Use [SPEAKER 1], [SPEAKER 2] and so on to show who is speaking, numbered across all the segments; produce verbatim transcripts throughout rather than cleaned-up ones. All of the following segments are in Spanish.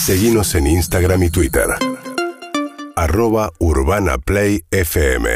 [SPEAKER 1] Seguinos en Instagram y Twitter. Arroba Urbana Play F M.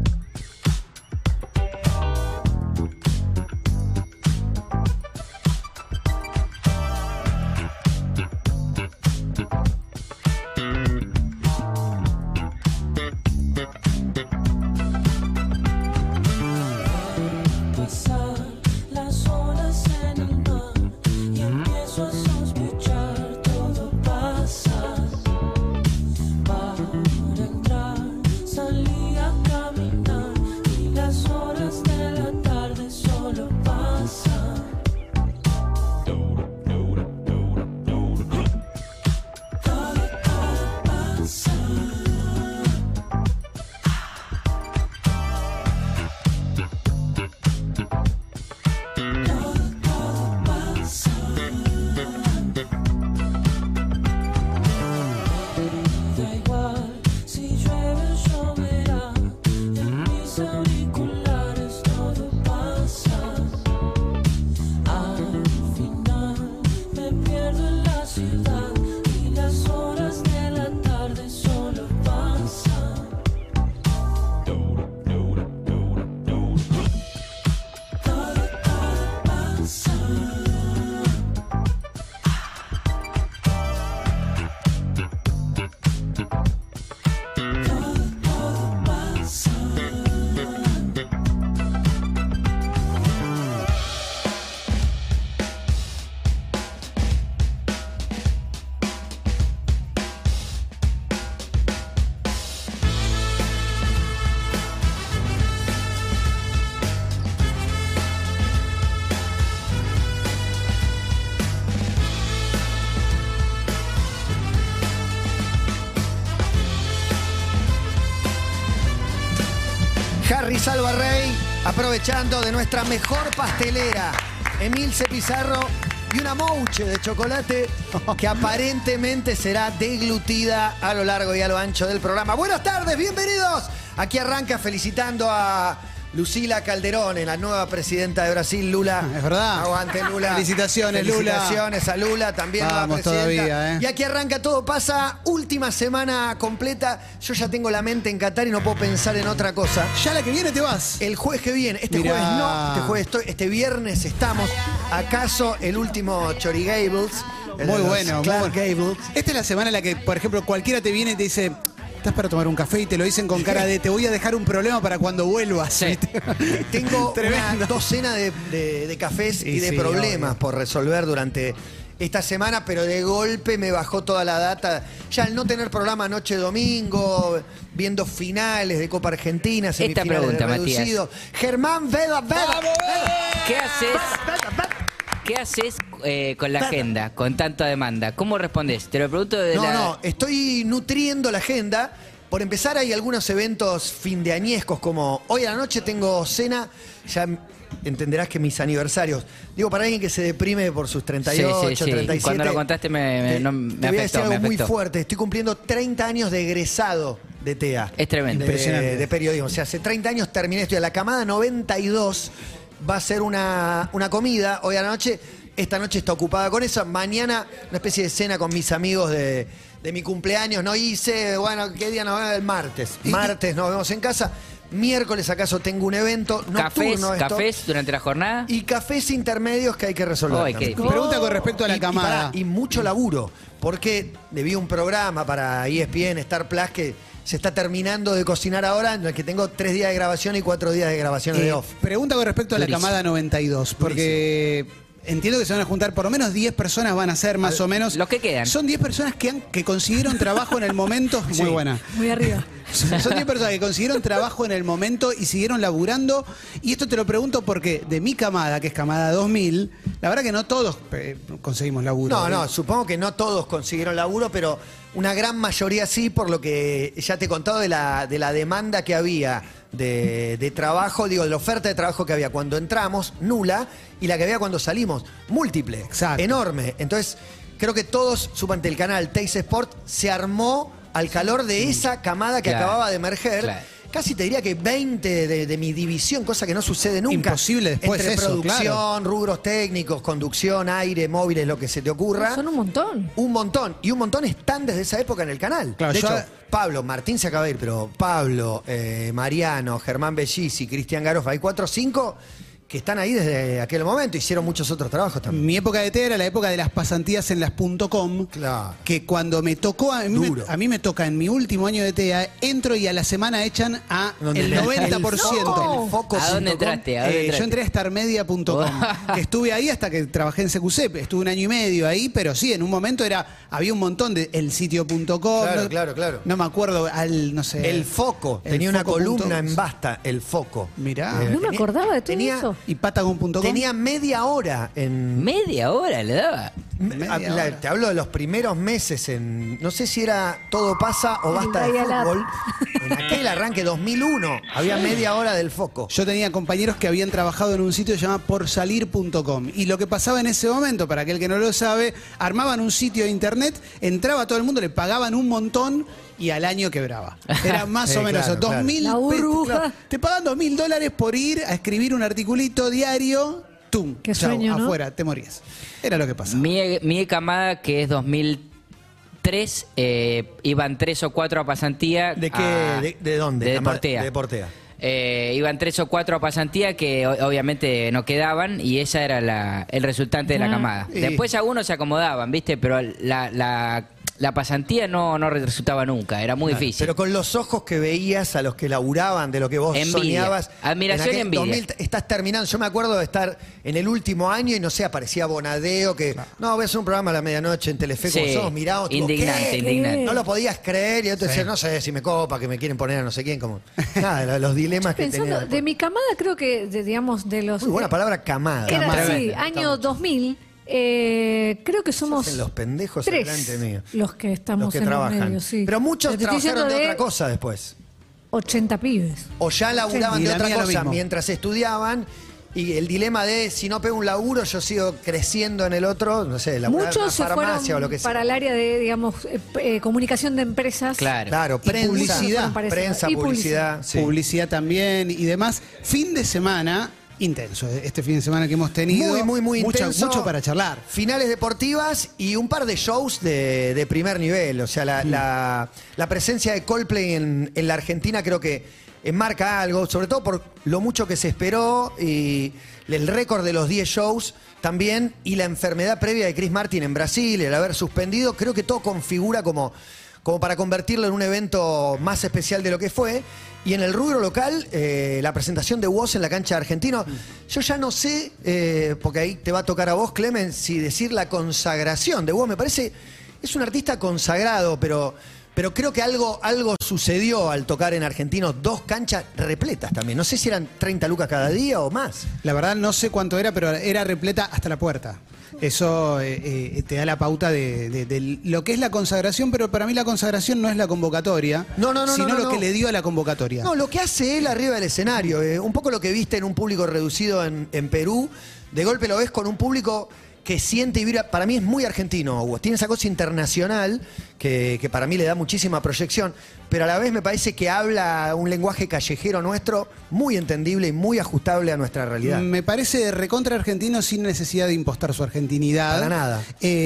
[SPEAKER 2] Harry Salva Rey, aprovechando de nuestra mejor pastelera, Emilce Pizarro, y una mouche de chocolate que aparentemente será deglutida a lo largo y a lo ancho del programa. Buenas tardes, bienvenidos. Aquí arranca felicitando a Lucila Calderón, la nueva presidenta de Brasil, Lula.
[SPEAKER 3] Es verdad.
[SPEAKER 2] Aguante, Lula.
[SPEAKER 3] Felicitaciones, Lula.
[SPEAKER 2] Felicitaciones a Lula, también
[SPEAKER 3] Vamos
[SPEAKER 2] nueva presidenta.
[SPEAKER 3] todavía, ¿eh?
[SPEAKER 2] Y aquí arranca Todo Pasa, última semana completa. Yo ya tengo la mente en Qatar y no puedo pensar en otra cosa.
[SPEAKER 3] Ya la que viene te vas.
[SPEAKER 2] El jueves que viene, este
[SPEAKER 3] Mirá.
[SPEAKER 2] jueves no, este jueves estoy, este viernes estamos. ¿Acaso el último Chori Gables? El
[SPEAKER 3] Muy
[SPEAKER 2] de los
[SPEAKER 3] bueno, muy
[SPEAKER 2] Clark
[SPEAKER 3] bueno.
[SPEAKER 2] Gables.
[SPEAKER 3] Esta es la semana en la que, por ejemplo, cualquiera te viene y te dice, estás para tomar un café, y te lo dicen con cara de, te voy a dejar un problema para cuando vuelvas.
[SPEAKER 4] Sí.
[SPEAKER 2] Tengo
[SPEAKER 3] Tremendo.
[SPEAKER 2] una docena de, de- de cafés y,
[SPEAKER 3] Y
[SPEAKER 2] de
[SPEAKER 3] sí,
[SPEAKER 2] problemas
[SPEAKER 3] obvio.
[SPEAKER 2] por resolver durante esta semana, pero de golpe me bajó toda la data. Ya al no tener programa noche domingo, viendo finales de Copa Argentina, semifinales
[SPEAKER 4] pregunta,
[SPEAKER 2] de
[SPEAKER 4] Matías.
[SPEAKER 2] reducido. Germán Veda, Veda,
[SPEAKER 4] ¿Qué haces? ¿Qué haces eh, con la agenda, con tanta demanda? ¿Cómo respondes? Te lo pregunto de
[SPEAKER 2] No,
[SPEAKER 4] la...
[SPEAKER 2] no, estoy nutriendo la agenda. Por empezar, hay algunos eventos findeañescos, como hoy a la noche tengo cena, ya entenderás que mis aniversarios, digo, para alguien que se deprime por sus treinta y ocho,
[SPEAKER 4] Sí, sí, sí.
[SPEAKER 2] treinta y siete.
[SPEAKER 4] Cuando lo contaste me, me,
[SPEAKER 2] te,
[SPEAKER 4] no, me
[SPEAKER 2] te voy a decir
[SPEAKER 4] afectó,
[SPEAKER 2] algo
[SPEAKER 4] me
[SPEAKER 2] muy
[SPEAKER 4] afectó.
[SPEAKER 2] fuerte, estoy cumpliendo treinta años de egresado de T E A.
[SPEAKER 4] Es tremendo.
[SPEAKER 2] De,
[SPEAKER 3] Impresionante.
[SPEAKER 2] de periodismo, o sea, hace treinta años terminé esto. La camada noventa y dos va a ser una, una comida hoy a la noche. Esta noche está ocupada con eso. Mañana una especie de cena con mis amigos de, de mi cumpleaños. No hice, bueno, ¿qué día nos vemos? El martes. Martes nos vemos en casa. Miércoles acaso tengo un evento
[SPEAKER 4] ¿Cafés,
[SPEAKER 2] nocturno. esto.
[SPEAKER 4] cafés durante la jornada?
[SPEAKER 2] Y cafés intermedios que hay que resolver.
[SPEAKER 4] Ay, qué
[SPEAKER 2] también.
[SPEAKER 3] Pregunta con respecto a la
[SPEAKER 2] Y- y
[SPEAKER 3] camada.
[SPEAKER 2] pará, Y, mucho laburo, porque debí un programa para E S P N, Star Plus, que se está terminando de cocinar ahora, en el que tengo tres días de grabación y cuatro días de grabación
[SPEAKER 3] Eh,
[SPEAKER 2] de off.
[SPEAKER 3] pregunta con respecto a la
[SPEAKER 4] Durísimo.
[SPEAKER 3] camada noventa y dos, porque entiendo que se van a juntar, por lo menos diez personas van a ser más
[SPEAKER 2] Al-
[SPEAKER 3] o menos.
[SPEAKER 4] los que quedan.
[SPEAKER 3] Son diez personas que, han, que consiguieron trabajo en el momento.
[SPEAKER 2] Sí.
[SPEAKER 3] Muy buena.
[SPEAKER 5] Muy arriba.
[SPEAKER 3] Son diez personas que consiguieron trabajo en el momento y siguieron laburando. Y esto te lo pregunto porque de mi camada, que es camada dos mil, la verdad que no todos eh, conseguimos laburo.
[SPEAKER 2] No, no, supongo que no todos consiguieron laburo, pero una gran mayoría sí, por lo que ya te he contado de la, de la demanda que había de, de trabajo, digo, de la oferta de trabajo que había cuando entramos, nula, y la que había cuando salimos, múltiple,
[SPEAKER 3] Exacto.
[SPEAKER 2] enorme. Entonces, creo que todos, suponte, el canal Teis Sport se armó al calor de esa camada que
[SPEAKER 4] Claro,
[SPEAKER 2] acababa de emerger.
[SPEAKER 4] claro.
[SPEAKER 2] casi te diría que veinte de, de mi división, cosa que no sucede nunca.
[SPEAKER 3] Imposible después
[SPEAKER 2] Entre
[SPEAKER 3] eso,
[SPEAKER 2] producción,
[SPEAKER 3] claro.
[SPEAKER 2] rubros técnicos, conducción, aire, móviles, lo que se te ocurra.
[SPEAKER 5] Son un montón.
[SPEAKER 2] Un montón. Y un montón están desde esa época en el canal.
[SPEAKER 3] Claro,
[SPEAKER 2] de
[SPEAKER 3] yo-
[SPEAKER 2] hecho, Pablo, Martín se acaba de ir, pero Pablo, eh, Mariano, Germán Bellisi, Cristian Garofa, hay cuatro o cinco que están ahí desde aquel momento. Hicieron muchos otros trabajos también.
[SPEAKER 3] Mi época de T E A era la época de las pasantías en las punto com.
[SPEAKER 2] Claro.
[SPEAKER 3] Que cuando me tocó, a mí me,
[SPEAKER 2] Duro.
[SPEAKER 3] a mí me toca en mi último año de T E A, entro y a la semana echan a
[SPEAKER 2] Donde
[SPEAKER 3] el
[SPEAKER 2] el-
[SPEAKER 3] noventa por ciento.
[SPEAKER 2] el foco
[SPEAKER 4] ¿A dónde
[SPEAKER 2] punto com.
[SPEAKER 4] entraste? ¿A dónde
[SPEAKER 3] Eh, yo
[SPEAKER 4] entraste?
[SPEAKER 3] entré a starmedia punto com, que estuve ahí hasta que trabajé en C Q C, estuve un año y medio ahí, pero sí, en un momento era había un montón de el sitio punto com.
[SPEAKER 2] Claro,
[SPEAKER 3] no,
[SPEAKER 2] claro, claro.
[SPEAKER 3] No me acuerdo, al, no sé.
[SPEAKER 2] El Foco.
[SPEAKER 3] El
[SPEAKER 2] Tenía una
[SPEAKER 3] Foco
[SPEAKER 2] columna
[SPEAKER 3] punto-
[SPEAKER 2] en Basta, El Foco.
[SPEAKER 3] Mirá.
[SPEAKER 2] Eh,
[SPEAKER 5] No me
[SPEAKER 2] tenía-
[SPEAKER 5] acordaba de todo
[SPEAKER 2] tenía,
[SPEAKER 5] eso.
[SPEAKER 3] Y patagon punto com.
[SPEAKER 2] Tenía media hora en...
[SPEAKER 4] Media hora le daba.
[SPEAKER 3] media
[SPEAKER 2] a- la-
[SPEAKER 3] hora.
[SPEAKER 2] te hablo de los primeros meses en... No sé si era Todo pasa o Basta de
[SPEAKER 5] Dial-up.
[SPEAKER 2] Fútbol. En aquel arranque dos mil uno había media hora del Foco.
[SPEAKER 3] Yo tenía compañeros que habían trabajado en un sitio llamado porsalir punto com. Y lo que pasaba en ese momento, para aquel que no lo sabe, armaban un sitio de internet, entraba todo el mundo, le pagaban un montón y al año quebraba. Era más
[SPEAKER 2] Sí,
[SPEAKER 3] o menos
[SPEAKER 2] claro,
[SPEAKER 3] dos mil
[SPEAKER 5] La
[SPEAKER 3] pe-
[SPEAKER 5] burbuja.
[SPEAKER 3] claro, te pagan dos mil dólares por ir a escribir un articulito diario. ¡Tum!
[SPEAKER 5] Qué
[SPEAKER 3] Chau,
[SPEAKER 5] sueño, ¿no?
[SPEAKER 3] afuera, te morías. Era lo que pasaba.
[SPEAKER 4] Mi, mi camada, que es dos mil tres, eh, iban tres o cuatro a pasantía.
[SPEAKER 2] ¿De qué?
[SPEAKER 4] a-
[SPEAKER 2] de, de dónde?
[SPEAKER 4] De
[SPEAKER 2] Cama-
[SPEAKER 4] Deportea.
[SPEAKER 2] De Deportea.
[SPEAKER 4] Eh, iban tres o cuatro a pasantía que o- obviamente no quedaban y esa era la, el resultante de la
[SPEAKER 5] Ah.
[SPEAKER 4] camada.
[SPEAKER 3] Y-
[SPEAKER 4] Después algunos se acomodaban, ¿viste? Pero la, la, la pasantía no, no resultaba nunca, era muy difícil.
[SPEAKER 2] Pero con los ojos que veías a los que laburaban de lo que vos
[SPEAKER 4] Envidia.
[SPEAKER 2] soñabas.
[SPEAKER 4] Admiración
[SPEAKER 2] en
[SPEAKER 4] y
[SPEAKER 2] aquel
[SPEAKER 4] envidia.
[SPEAKER 2] dos mil, estás terminando. Yo me acuerdo de estar en el último año y no sé, aparecía Bonadeo que. No, voy a hacer un programa a la medianoche en Telefe, como
[SPEAKER 4] Sí,
[SPEAKER 2] somos mirados. tipo,
[SPEAKER 4] indignante,
[SPEAKER 2] ¿qué?
[SPEAKER 4] indignante.
[SPEAKER 2] No lo podías creer y yo te decía, no sé si me copa, que me quieren poner a no sé quién. Como, nada, los dilemas que
[SPEAKER 5] Pensando,
[SPEAKER 2] tenía.
[SPEAKER 5] de mi camada creo que, de, digamos, de los...
[SPEAKER 2] Muy buena palabra, camada.
[SPEAKER 5] Era
[SPEAKER 3] Camada.
[SPEAKER 5] así,
[SPEAKER 4] Tremendo.
[SPEAKER 5] año dos mil, eh, creo que somos
[SPEAKER 2] hacen los pendejos
[SPEAKER 5] tres
[SPEAKER 2] delante mío.
[SPEAKER 5] los que estamos
[SPEAKER 2] Los que
[SPEAKER 5] en
[SPEAKER 2] trabajan.
[SPEAKER 5] el medio, sí.
[SPEAKER 2] Pero muchos
[SPEAKER 5] Te estoy
[SPEAKER 2] trabajaron de
[SPEAKER 5] diciendo
[SPEAKER 2] otra cosa después.
[SPEAKER 5] ochenta pibes.
[SPEAKER 2] O ya laburaban
[SPEAKER 3] Y
[SPEAKER 2] de
[SPEAKER 3] la
[SPEAKER 2] otra
[SPEAKER 3] mía lo
[SPEAKER 2] cosa
[SPEAKER 3] mismo.
[SPEAKER 2] mientras estudiaban. Y el dilema de si no pego un laburo, yo sigo creciendo en el otro, no sé, laburar en una
[SPEAKER 5] Muchos se
[SPEAKER 2] farmacia
[SPEAKER 5] fueron
[SPEAKER 2] o lo que sea.
[SPEAKER 5] para el área de, digamos, eh, eh, comunicación de empresas.
[SPEAKER 4] Claro.
[SPEAKER 2] Claro,
[SPEAKER 3] Y
[SPEAKER 2] prensa,
[SPEAKER 3] publicidad.
[SPEAKER 5] Para esa-
[SPEAKER 2] prensa,
[SPEAKER 5] y
[SPEAKER 2] publicidad. sí.
[SPEAKER 3] Publicidad también y demás. Fin de semana intenso, este fin de semana que hemos tenido.
[SPEAKER 2] Muy, muy, muy
[SPEAKER 3] Mucha-
[SPEAKER 2] intenso.
[SPEAKER 3] Mucho para charlar.
[SPEAKER 2] Finales deportivas y un par de shows de, de primer nivel. O sea, la, la- la presencia de Coldplay en, en la Argentina creo que enmarca algo, sobre todo por lo mucho que se esperó y el récord de los diez shows también y la enfermedad previa de Chris Martin en Brasil, el haber suspendido, creo que todo configura como, como para convertirlo en un evento más especial de lo que fue. Y en el rubro local, eh, la presentación de Woz en la cancha de Argentino, yo ya no sé, eh, porque ahí te va a tocar a vos, Clemen, si decir la consagración de Woz. Me parece, es un artista consagrado, pero, pero creo que algo, algo sucedió al tocar en Argentino dos canchas repletas también. No sé si eran treinta lucas cada día o más.
[SPEAKER 3] La verdad no sé cuánto era, pero era repleta hasta la puerta. Eso eh, eh, te da la pauta de, de- de lo que es la consagración, pero para mí la consagración no es la convocatoria,
[SPEAKER 2] No, no, no,
[SPEAKER 3] sino
[SPEAKER 2] no, no,
[SPEAKER 3] lo que
[SPEAKER 2] no.
[SPEAKER 3] le dio a la convocatoria.
[SPEAKER 2] No, lo que hace él arriba del escenario, eh, un poco lo que viste en un público reducido en, en Perú, de golpe lo ves con un público que siente y vibra. Para mí es muy argentino, Hugo. Tiene esa cosa internacional que, que para mí le da muchísima proyección, pero a la vez me parece que habla un lenguaje callejero nuestro muy entendible y muy ajustable a nuestra realidad.
[SPEAKER 3] Me parece recontra argentino sin necesidad de impostar su argentinidad.
[SPEAKER 2] Para nada.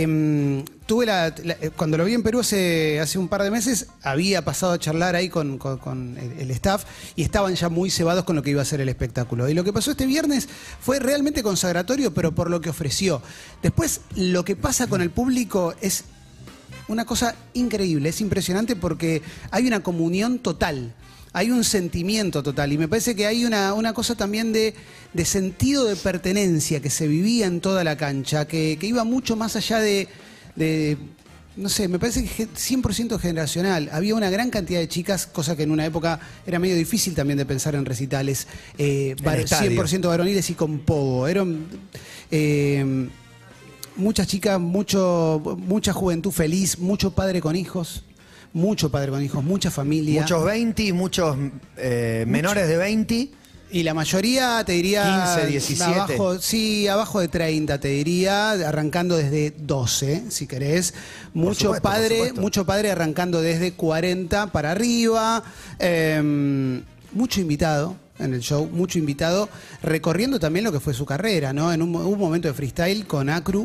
[SPEAKER 3] Eh, tuve la, la- cuando lo vi en Perú hace, hace un par de meses, había pasado a charlar ahí con, con- con el, el staff y estaban ya muy cebados con lo que iba a ser el espectáculo. Y lo que pasó este viernes fue realmente consagratorio, pero por lo que ofreció. Después, lo que pasa con el público es una cosa increíble, es impresionante porque hay una comunión total. Hay un sentimiento total y me parece que hay una, una cosa también de, de sentido de pertenencia que se vivía en toda la cancha, que, que iba mucho más allá de, de, no sé, me parece que cien por ciento generacional. Había una gran cantidad de chicas, cosa que en una época era medio difícil también de pensar en recitales, eh,
[SPEAKER 2] En
[SPEAKER 3] var-
[SPEAKER 2] estadio.
[SPEAKER 3] cien por ciento varoniles y con pogo. Eran... eh, muchas chicas, mucho, mucha juventud feliz, mucho padre con hijos, mucho padre con hijos, mucha familia.
[SPEAKER 2] Muchos veinte, muchos eh, menores de veinte.
[SPEAKER 3] Y la mayoría, te diría...
[SPEAKER 2] quince, diecisiete.
[SPEAKER 3] Abajo, sí, abajo de treinta, te diría, arrancando desde doce, si querés. Mucho
[SPEAKER 2] supuesto, por
[SPEAKER 3] padre,
[SPEAKER 2] supuesto.
[SPEAKER 3] mucho padre arrancando desde cuarenta para arriba. Eh, mucho invitado en el show, mucho invitado, recorriendo también lo que fue su carrera, ¿no? En un, un momento de freestyle con Acru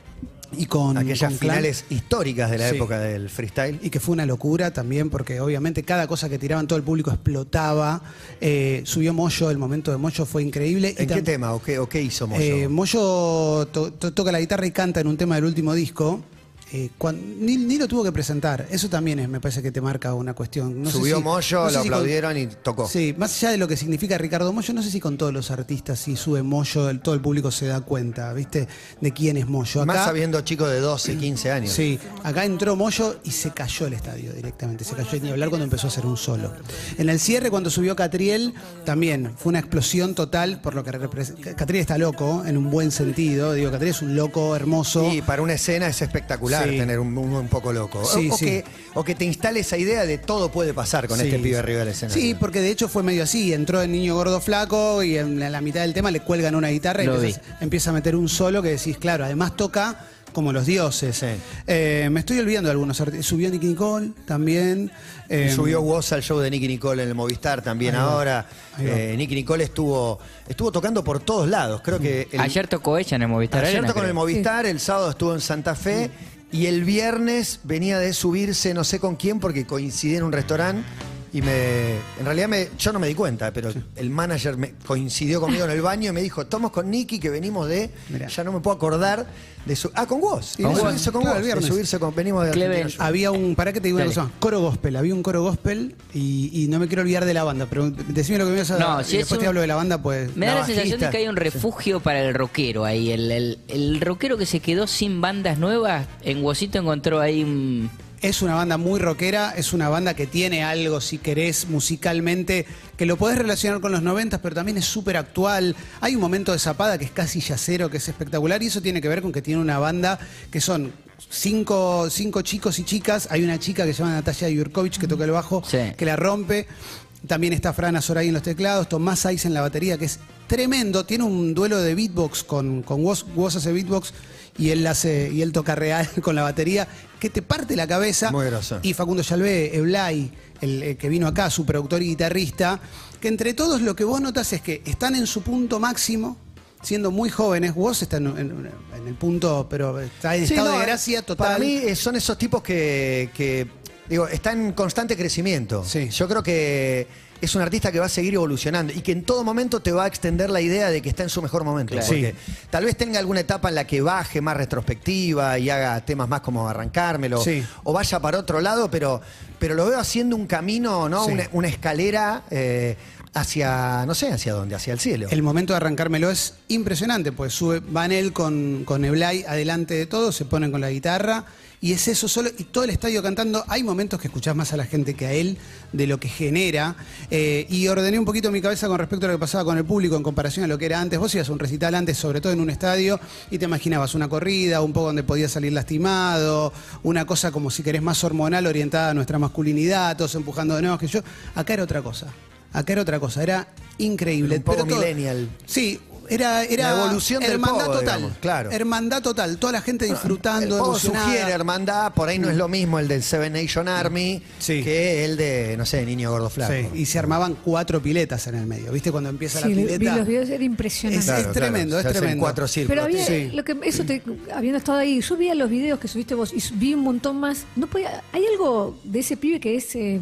[SPEAKER 3] y con
[SPEAKER 2] aquellas
[SPEAKER 3] con Clan.
[SPEAKER 2] finales históricas de la
[SPEAKER 3] Sí.
[SPEAKER 2] época del freestyle.
[SPEAKER 3] Y que fue una locura también, porque obviamente cada cosa que tiraban todo el público explotaba. Eh, subió Moyo, el momento de Moyo fue increíble.
[SPEAKER 2] ¿En
[SPEAKER 3] y
[SPEAKER 2] qué
[SPEAKER 3] tam-
[SPEAKER 2] tema o qué, o qué hizo Moyo?
[SPEAKER 3] Eh, Moyo to- to- toca la guitarra y canta en un tema del último disco. Eh, cuan- ni, ni lo tuvo que presentar. Eso también es, me parece que te marca una cuestión. No sé
[SPEAKER 2] Subió
[SPEAKER 3] si-
[SPEAKER 2] Moyo,
[SPEAKER 3] no sé
[SPEAKER 2] lo
[SPEAKER 3] si con-
[SPEAKER 2] aplaudieron y tocó.
[SPEAKER 3] Sí, más allá de lo que significa Ricardo Moyo, no sé si con todos los artistas, si sube Moyo, el- todo el público se da cuenta, ¿viste? De quién es Moyo. Acá,
[SPEAKER 2] Más sabiendo chicos de doce, quince años.
[SPEAKER 3] Sí, acá entró Moyo y se cayó el estadio directamente. Se cayó ni hablar cuando empezó a hacer un solo. En el cierre, cuando subió Catriel, también fue una explosión total por lo que representa. Catriel está loco, en un buen sentido. Digo, Catriel es un loco hermoso.
[SPEAKER 2] Y para una escena es espectacular
[SPEAKER 3] Sí.
[SPEAKER 2] tener un, un, un poco loco. O-
[SPEAKER 3] Sí,
[SPEAKER 2] o,
[SPEAKER 3] sí.
[SPEAKER 2] Que, o que te instale esa idea de todo puede pasar con
[SPEAKER 3] Sí,
[SPEAKER 2] este pibe
[SPEAKER 3] sí.
[SPEAKER 2] arriba de la escena.
[SPEAKER 3] Sí, porque de hecho fue medio así. Entró el niño gordo flaco y en la, la mitad del tema le cuelgan una guitarra y
[SPEAKER 4] Lo
[SPEAKER 3] empieza, empieza a meter un solo que decís, claro, además toca como los dioses.
[SPEAKER 2] Sí.
[SPEAKER 3] Eh, me estoy olvidando de algunos artistas. Subió Nicky Nicole también. Eh,
[SPEAKER 2] Subió Woz al show de Nicky Nicole en el Movistar también
[SPEAKER 3] Ahí va.
[SPEAKER 2] ahora.
[SPEAKER 3] Ahí va.
[SPEAKER 2] Eh, Nicky Nicole estuvo, estuvo tocando por todos lados. Creo que el-
[SPEAKER 4] Ayer tocó ella en el Movistar
[SPEAKER 2] ayer
[SPEAKER 4] Arena,
[SPEAKER 2] tocó en el
[SPEAKER 4] creo.
[SPEAKER 2] Movistar, el sábado estuvo en Santa Fe y el viernes venía de subirse no sé con quién porque coincidí en un restaurante y me en realidad me, yo no me di cuenta, pero el manager me coincidió conmigo en el baño y me dijo, estamos con Nicky que venimos de,
[SPEAKER 3] Mirá.
[SPEAKER 2] ya no me puedo acordar de su, ah, con vos,
[SPEAKER 3] Y
[SPEAKER 2] de
[SPEAKER 3] con
[SPEAKER 2] subirse
[SPEAKER 3] vos,
[SPEAKER 2] con
[SPEAKER 3] claro,
[SPEAKER 2] vos,
[SPEAKER 3] el
[SPEAKER 2] de
[SPEAKER 3] viernes.
[SPEAKER 2] subirse con, venimos de
[SPEAKER 4] Clever.
[SPEAKER 2] Argentina.
[SPEAKER 3] Había un, para que te digo una
[SPEAKER 4] Dale.
[SPEAKER 3] cosa, coro gospel, había un coro gospel y, y no me quiero olvidar de la banda, pero decime lo que me ibas a
[SPEAKER 4] No,
[SPEAKER 3] y
[SPEAKER 4] si es
[SPEAKER 3] después te
[SPEAKER 4] un-
[SPEAKER 3] hablo de la banda, pues.
[SPEAKER 4] Me da
[SPEAKER 2] La
[SPEAKER 4] la sensación
[SPEAKER 2] bajista.
[SPEAKER 4] de que hay un refugio para el rockero ahí. El, el, el rockero que se quedó sin bandas nuevas, en Wosito encontró ahí un...
[SPEAKER 3] Es una banda muy rockera, es una banda que tiene algo, si querés, musicalmente, que lo podés relacionar con los noventas, pero también es súper actual. Hay un momento de Zapada que es casi yacero, que es espectacular, y eso tiene que ver con que tiene una banda que son cinco, cinco chicos y chicas. Hay una chica que se llama Natalia Yurkovich que toca el bajo,
[SPEAKER 4] Sí.
[SPEAKER 3] que la rompe. También está Fran Azoray en los teclados, Tomás Saiz en la batería, que es tremendo. Tiene un duelo de beatbox con, con Woz. Woz hace beatbox y él hace y él toca real con la batería, que te parte la cabeza.
[SPEAKER 2] Muy groso.
[SPEAKER 3] Y Facundo Yalvé, Eblay, el, el que vino acá, su productor y guitarrista, que entre todos lo que vos notas es que están en su punto máximo, siendo muy jóvenes. Woz está en, en- en el punto, pero está en
[SPEAKER 2] Sí,
[SPEAKER 3] estado
[SPEAKER 2] no,
[SPEAKER 3] de gracia total.
[SPEAKER 2] Para mí eh, son esos tipos que, que, digo, están en constante crecimiento.
[SPEAKER 3] Sí.
[SPEAKER 2] Yo creo que es un artista que va a seguir evolucionando y que en todo momento te va a extender la idea de que está en su mejor momento.
[SPEAKER 4] Claro.
[SPEAKER 2] Porque tal vez tenga alguna etapa en la que baje más retrospectiva y haga temas más como Arrancármelo
[SPEAKER 3] Sí.
[SPEAKER 2] o vaya para otro lado, pero, pero lo veo haciendo un camino, ¿no?
[SPEAKER 3] Sí.
[SPEAKER 2] Una, una escalera eh, hacia, no sé, hacia dónde, hacia el cielo.
[SPEAKER 3] El momento de arrancármelo es impresionante, pues sube, van él con, con Eblay adelante de todo, se ponen con la guitarra y es eso solo, y todo el estadio cantando. Hay momentos que escuchás más a la gente que a él, de lo que genera. Eh, y ordené un poquito mi cabeza con respecto a lo que pasaba con el público en comparación a lo que era antes. Vos ibas a un recital antes, sobre todo en un estadio, y te imaginabas una corrida, un poco donde podías salir lastimado, una cosa como si querés más hormonal orientada a nuestra masculinidad, todos empujando de nuevo que yo. Acá era otra cosa. Acá era otra cosa, era increíble.
[SPEAKER 2] Un poco
[SPEAKER 3] Pero todo-
[SPEAKER 2] millennial.
[SPEAKER 3] Sí, era, era
[SPEAKER 2] La evolución del
[SPEAKER 3] hermandad
[SPEAKER 2] pogo,
[SPEAKER 3] total.
[SPEAKER 2] digamos, claro.
[SPEAKER 3] Hermandad total, toda la gente
[SPEAKER 2] El
[SPEAKER 3] disfrutando,
[SPEAKER 2] pogo
[SPEAKER 3] emocionada.
[SPEAKER 2] sugiere hermandad, por ahí no es lo mismo el del Seven Nation Army
[SPEAKER 3] Sí.
[SPEAKER 2] que el de, no sé, Niño Gordo Flaco.
[SPEAKER 3] Sí, y se armaban cuatro piletas en el medio. ¿Viste cuando empieza
[SPEAKER 5] Sí,
[SPEAKER 3] la
[SPEAKER 5] vi
[SPEAKER 3] pileta?
[SPEAKER 5] los videos, era impresionante.
[SPEAKER 3] Es-
[SPEAKER 2] Claro, claro,
[SPEAKER 3] tremendo, es
[SPEAKER 2] se hacen
[SPEAKER 3] tremendo.
[SPEAKER 2] cuatro círculos.
[SPEAKER 5] Pero había,
[SPEAKER 3] Sí.
[SPEAKER 5] lo que, eso te, habiendo estado ahí, yo veía los videos que subiste vos y vi un montón más. No podía, hay algo de ese pibe que es, eh,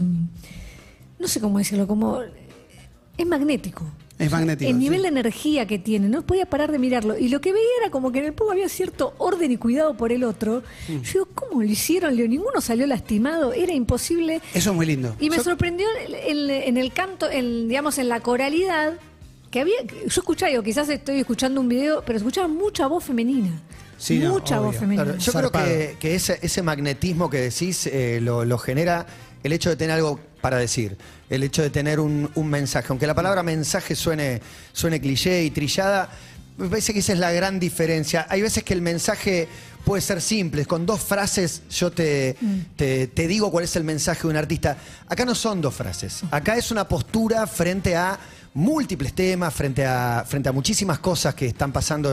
[SPEAKER 5] no sé cómo decirlo, como es magnético.
[SPEAKER 3] Es magnético,
[SPEAKER 5] El nivel
[SPEAKER 3] sí.
[SPEAKER 5] de energía que tiene, no podía parar de mirarlo. Y lo que veía era como que en el pogo había cierto orden y cuidado por el otro.
[SPEAKER 3] Mm.
[SPEAKER 5] Yo digo, ¿cómo lo hicieron, Leo? Ninguno salió lastimado, era imposible.
[SPEAKER 3] Eso es muy lindo.
[SPEAKER 5] Y me
[SPEAKER 3] Yo-
[SPEAKER 5] sorprendió el- el- en el canto, en, digamos, en la coralidad, que había, yo escuchaba, digo, quizás estoy escuchando un video, pero escuchaba mucha voz femenina.
[SPEAKER 3] Sí, no,
[SPEAKER 5] mucha voz
[SPEAKER 3] obvio.
[SPEAKER 5] femenina.
[SPEAKER 2] Claro, yo
[SPEAKER 3] Zarpado.
[SPEAKER 2] creo que, que ese, ese magnetismo que decís eh, lo, lo genera el hecho de tener algo para decir, el hecho de tener un, un mensaje. Aunque la palabra mensaje suene, suene cliché y trillada, me parece que esa es la gran diferencia. Hay veces que el mensaje puede ser simple, con dos frases yo te, te, te digo cuál es el mensaje de un artista. Acá no son dos frases, acá es una postura frente a múltiples temas, frente a, frente a muchísimas cosas que están pasando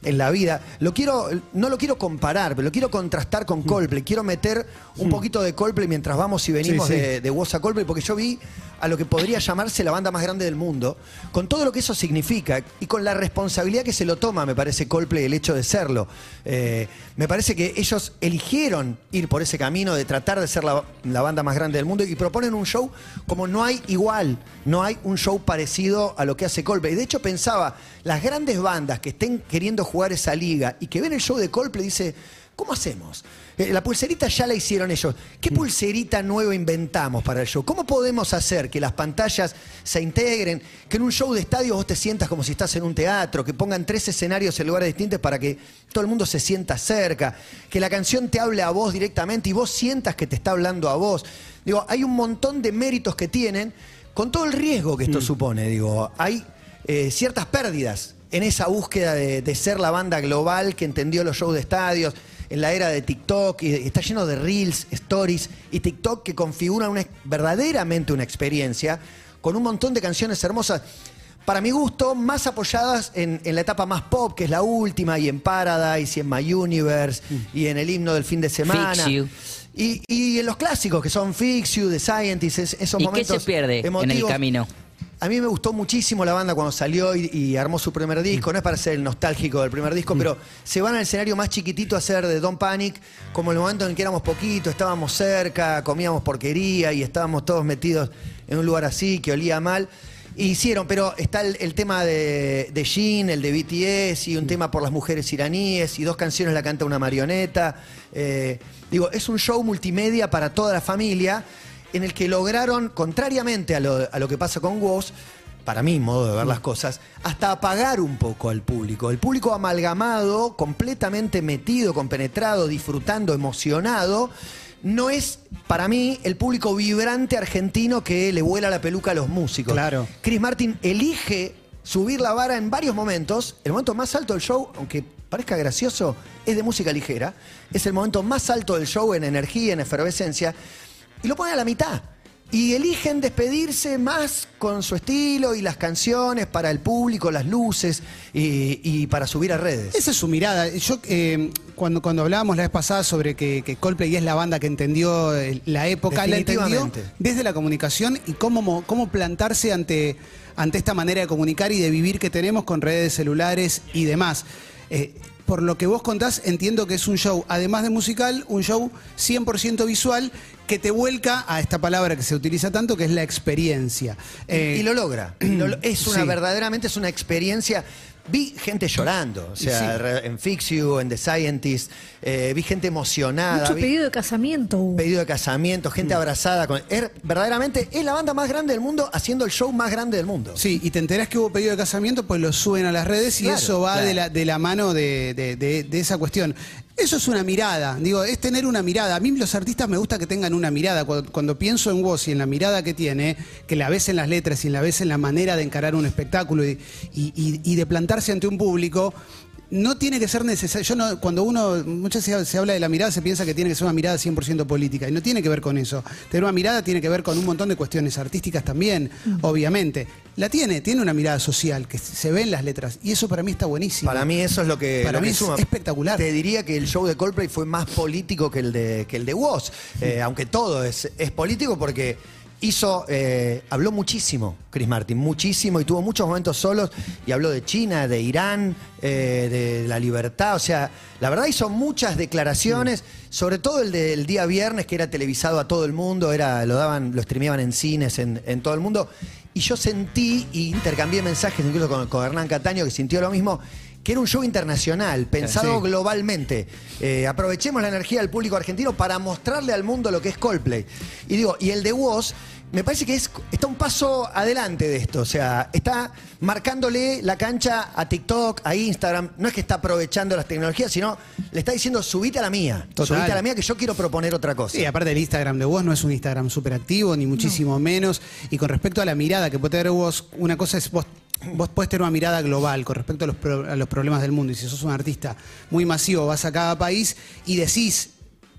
[SPEAKER 2] en la vida. Lo quiero, no lo quiero comparar, pero lo quiero contrastar con Coldplay. Quiero meter un poquito de Coldplay mientras vamos y venimos
[SPEAKER 3] Sí, sí.
[SPEAKER 2] de, de Woz a Coldplay, porque yo vi a lo que podría llamarse la banda más grande del mundo, con todo lo que eso significa y con la responsabilidad que se lo toma, me parece, Coldplay, el hecho de serlo. Eh, me parece que ellos eligieron ir por ese camino de tratar de ser la, la banda más grande del mundo y proponen un show como no hay igual, no hay un show parecido a lo que hace Coldplay. De hecho, pensaba, las grandes bandas que estén queriendo jugar esa liga y que ven el show de Coldplay, dice, ¿cómo hacemos? Eh, la pulserita ya la hicieron ellos. ¿Qué pulserita nueva inventamos para el show? ¿Cómo podemos hacer que las pantallas se integren? Que en un show de estadio vos te sientas como si estás en un teatro, que pongan tres escenarios en lugares distintos para que todo el mundo se sienta cerca, que la canción te hable a vos directamente y vos sientas que te está hablando a vos. Digo, hay un montón de méritos que tienen, con todo el riesgo que esto mm. supone. Digo, hay eh, ciertas pérdidas en esa búsqueda de, de ser la banda global que entendió los shows de estadios, en la era de TikTok, y está lleno de Reels, Stories y TikTok que configuran una, verdaderamente una experiencia con un montón de canciones hermosas, para mi gusto, más apoyadas en, en la etapa más pop, que es la última, y en Paradise, y en My Universe, mm. y en el himno del fin de semana.
[SPEAKER 4] Fix You.
[SPEAKER 2] Y, y en los clásicos, que son Fix You, The Scientist, es, esos
[SPEAKER 4] ¿Y
[SPEAKER 2] momentos
[SPEAKER 4] qué se pierde
[SPEAKER 2] emotivos.
[SPEAKER 4] en el camino?
[SPEAKER 2] A mí me gustó muchísimo la banda cuando salió y, y armó su primer disco. No es para ser el nostálgico del primer disco, mm. pero se van al escenario más chiquitito a hacer de Don't Panic, como el momento en el que éramos poquito, estábamos cerca, comíamos porquería y estábamos todos metidos en un lugar así que olía mal. Y hicieron, pero está el, el tema de, de Jin, el de B T S, y un mm. tema por las mujeres iraníes, y dos canciones la canta una marioneta. Eh, digo, es un show multimedia para toda la familia, en el que lograron, contrariamente a lo, a lo que pasa con Woz, para mí, modo de ver las cosas, hasta apagar un poco al público. El público amalgamado, completamente metido, compenetrado, disfrutando, emocionado, no es, para mí, el público vibrante argentino que le vuela la peluca a los músicos.
[SPEAKER 3] Claro.
[SPEAKER 2] Chris Martin elige subir la vara en varios momentos. El momento más alto del show, aunque parezca gracioso, es de música ligera. Es el momento más alto del show en energía, en efervescencia. Y lo ponen a la mitad. Y eligen despedirse más con su estilo y las canciones para el público, las luces y, y para subir a redes.
[SPEAKER 3] Esa es su mirada. Yo eh, cuando, cuando hablábamos la vez pasada sobre que, que Coldplay es la banda que entendió la época, la entendió desde la comunicación y cómo, cómo plantarse ante, ante esta manera de comunicar y de vivir que tenemos con redes celulares y demás. Eh, Por lo que vos contás, entiendo que es un show, además de musical, un show cien por ciento visual que te vuelca a esta palabra que se utiliza tanto, que es la experiencia.
[SPEAKER 2] Eh, y lo logra. Y lo, es una,
[SPEAKER 3] sí.
[SPEAKER 2] verdaderamente es una experiencia. Vi gente llorando, o sea, sí. en Fix You, en The Scientist, eh, vi gente emocionada.
[SPEAKER 5] Mucho
[SPEAKER 2] vi
[SPEAKER 5] pedido de casamiento. Uh.
[SPEAKER 2] Pedido de casamiento, gente mm. abrazada. Con, er, verdaderamente es la banda más grande del mundo haciendo el show más grande del mundo.
[SPEAKER 3] Sí, y te enterás que hubo pedido de casamiento, pues lo suben a las redes y claro, eso va claro. de, la, de la mano de, de, de, de esa cuestión. Eso es una mirada, digo, es tener una mirada. A mí los artistas me gusta que tengan una mirada. Cuando, cuando pienso en Woz y en la mirada que tiene, que la ves en las letras y la ves en la manera de encarar un espectáculo y, y, y, y de plantarse ante un público, no tiene que ser necesario. Yo no, cuando uno, muchas veces se habla de la mirada, se piensa que tiene que ser una mirada cien por ciento política, y no tiene que ver con eso. Tener una mirada tiene que ver con un montón de cuestiones artísticas también, mm. obviamente. La tiene, tiene una mirada social que se ve en las letras, y eso para mí está buenísimo.
[SPEAKER 2] Para mí eso es lo que
[SPEAKER 3] Para
[SPEAKER 2] lo
[SPEAKER 3] mí
[SPEAKER 2] que
[SPEAKER 3] es
[SPEAKER 2] suma.
[SPEAKER 3] espectacular.
[SPEAKER 2] Te diría que el show de Coldplay fue más político que el de, que el de Woz, eh, aunque todo es, es político porque hizo, eh, habló muchísimo Chris Martin, muchísimo, y tuvo muchos momentos solos, y habló de China, de Irán, eh, de la libertad, o sea, la verdad hizo muchas declaraciones, sí. sobre todo el del día viernes, que era televisado a todo el mundo, era, lo daban, lo streameaban en cines, en, en todo el mundo, y yo sentí, y intercambié mensajes incluso con, con Hernán Cataño, que sintió lo mismo, que era un show internacional, pensado sí. globalmente. Eh, aprovechemos la energía del público argentino para mostrarle al mundo lo que es Coldplay. Y digo, y el de Woz, me parece que es, está un paso adelante de esto. O sea, está marcándole la cancha a TikTok, a Instagram. No es que está aprovechando las tecnologías, sino le está diciendo, subite a la mía. Total. Subite a la mía, que yo quiero proponer otra cosa.
[SPEAKER 3] Sí, aparte el Instagram de Woz no es un Instagram súper activo, ni muchísimo no. menos. Y con respecto a la mirada que puede tener Woz, una cosa es vos... Vos podés tener una mirada global con respecto a los, pro, a los problemas del mundo, y si sos un artista muy masivo vas a cada país y decís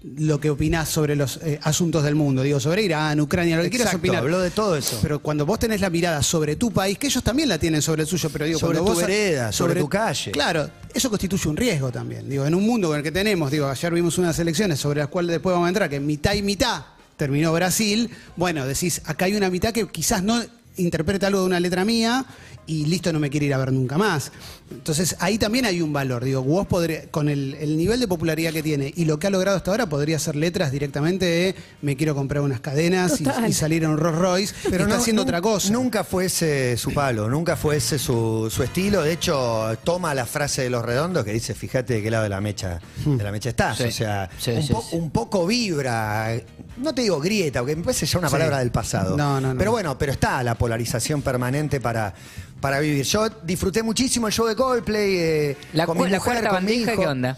[SPEAKER 3] lo que opinás sobre los eh, asuntos del mundo. Digo, sobre Irán, Ucrania, lo que quieras
[SPEAKER 2] Exacto,
[SPEAKER 3] opinar.
[SPEAKER 2] habló de todo eso.
[SPEAKER 3] Pero cuando vos tenés la mirada sobre tu país, que ellos también la tienen sobre el suyo, pero digo,
[SPEAKER 2] Sobre
[SPEAKER 3] cuando
[SPEAKER 2] tu
[SPEAKER 3] vos,
[SPEAKER 2] vereda, sobre tu calle.
[SPEAKER 3] Claro, eso constituye un riesgo también. Digo, en un mundo con el que tenemos, digo, ayer vimos unas elecciones sobre las cuales después vamos a entrar, que mitad y mitad terminó Brasil. Bueno, decís, acá hay una mitad que quizás no interpreta algo de una letra mía y listo, no me quiere ir a ver nunca más. Entonces ahí también hay un valor. Digo, vos podría, con el, el nivel de popularidad que tiene y lo que ha logrado hasta ahora, podría hacer letras directamente de me quiero comprar unas cadenas y, y salir en un Rolls Royce, pero está haciendo otra cosa.
[SPEAKER 2] Nunca fue ese su palo, nunca fue ese su, su estilo. De hecho, toma la frase de Los Redondos que dice, fíjate de qué lado de la mecha, de la mecha estás.
[SPEAKER 4] Sí.
[SPEAKER 2] O sea,
[SPEAKER 4] Sí,
[SPEAKER 2] un,
[SPEAKER 4] sí,
[SPEAKER 2] po-
[SPEAKER 4] sí.
[SPEAKER 2] un poco vibra, no te digo grieta, porque me parece ya una
[SPEAKER 3] Sí.
[SPEAKER 2] palabra del pasado.
[SPEAKER 3] No, no, no.
[SPEAKER 2] Pero bueno, pero está la polarización permanente para, para vivir. Yo disfruté muchísimo el show de Coldplay, eh,
[SPEAKER 4] La,
[SPEAKER 2] con
[SPEAKER 4] cu-
[SPEAKER 2] mi
[SPEAKER 4] la
[SPEAKER 2] mujer,
[SPEAKER 4] cuarta
[SPEAKER 2] con mi
[SPEAKER 4] bandeja,
[SPEAKER 2] hijo.
[SPEAKER 4] ¿qué onda?